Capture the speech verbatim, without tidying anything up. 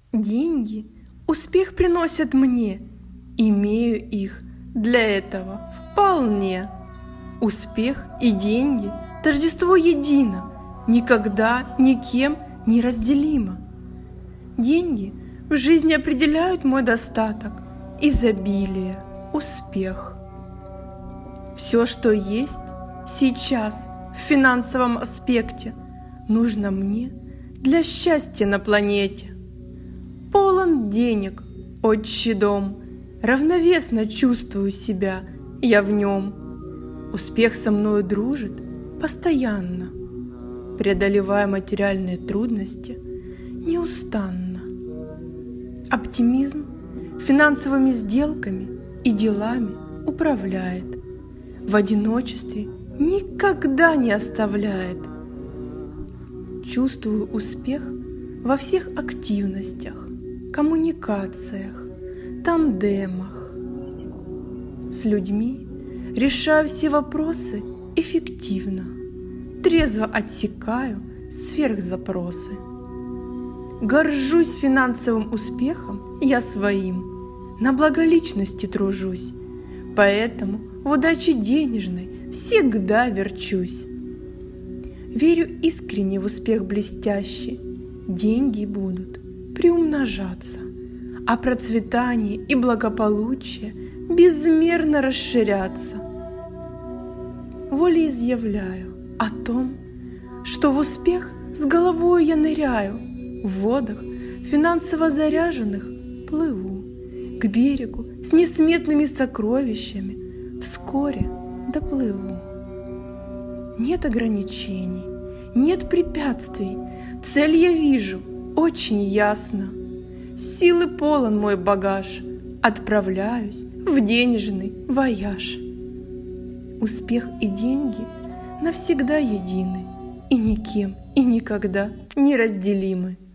Деньги успех приносят мне, имею их для этого вполне. Успех и деньги – тождество едино, никогда никем не разделимо. Деньги в жизни определяют мой достаток, изобилие, успех. Все, что есть сейчас в финансовом аспекте, нужно мне для счастья на планете. Полон денег, отчий дом, равновесно чувствую себя я в нем. Успех со мною дружит постоянно, преодолевая материальные трудности неустанно. Оптимизм финансовыми сделками и делами управляет, в одиночестве никогда не оставляет. Чувствую успех во всех активностях, коммуникациях, тандемах. С людьми решаю все вопросы эффективно, трезво отсекаю сверхзапросы. Горжусь финансовым успехом я своим, на благо личности тружусь, поэтому в удаче денежной всегда верчусь. Верю искренне в успех блестящий, деньги будут приумножаться, а процветание и благополучие безмерно расширяться. Волеизъявляю о том, что в успех с головой я ныряю, в водах финансово заряженных плыву, к берегу с несметными сокровищами вскоре доплыву. Нет ограничений, нет препятствий, цель я вижу очень ясно. Силы полон мой багаж, отправляюсь в денежный вояж. Успех и деньги навсегда едины и никем и никогда не разделимы.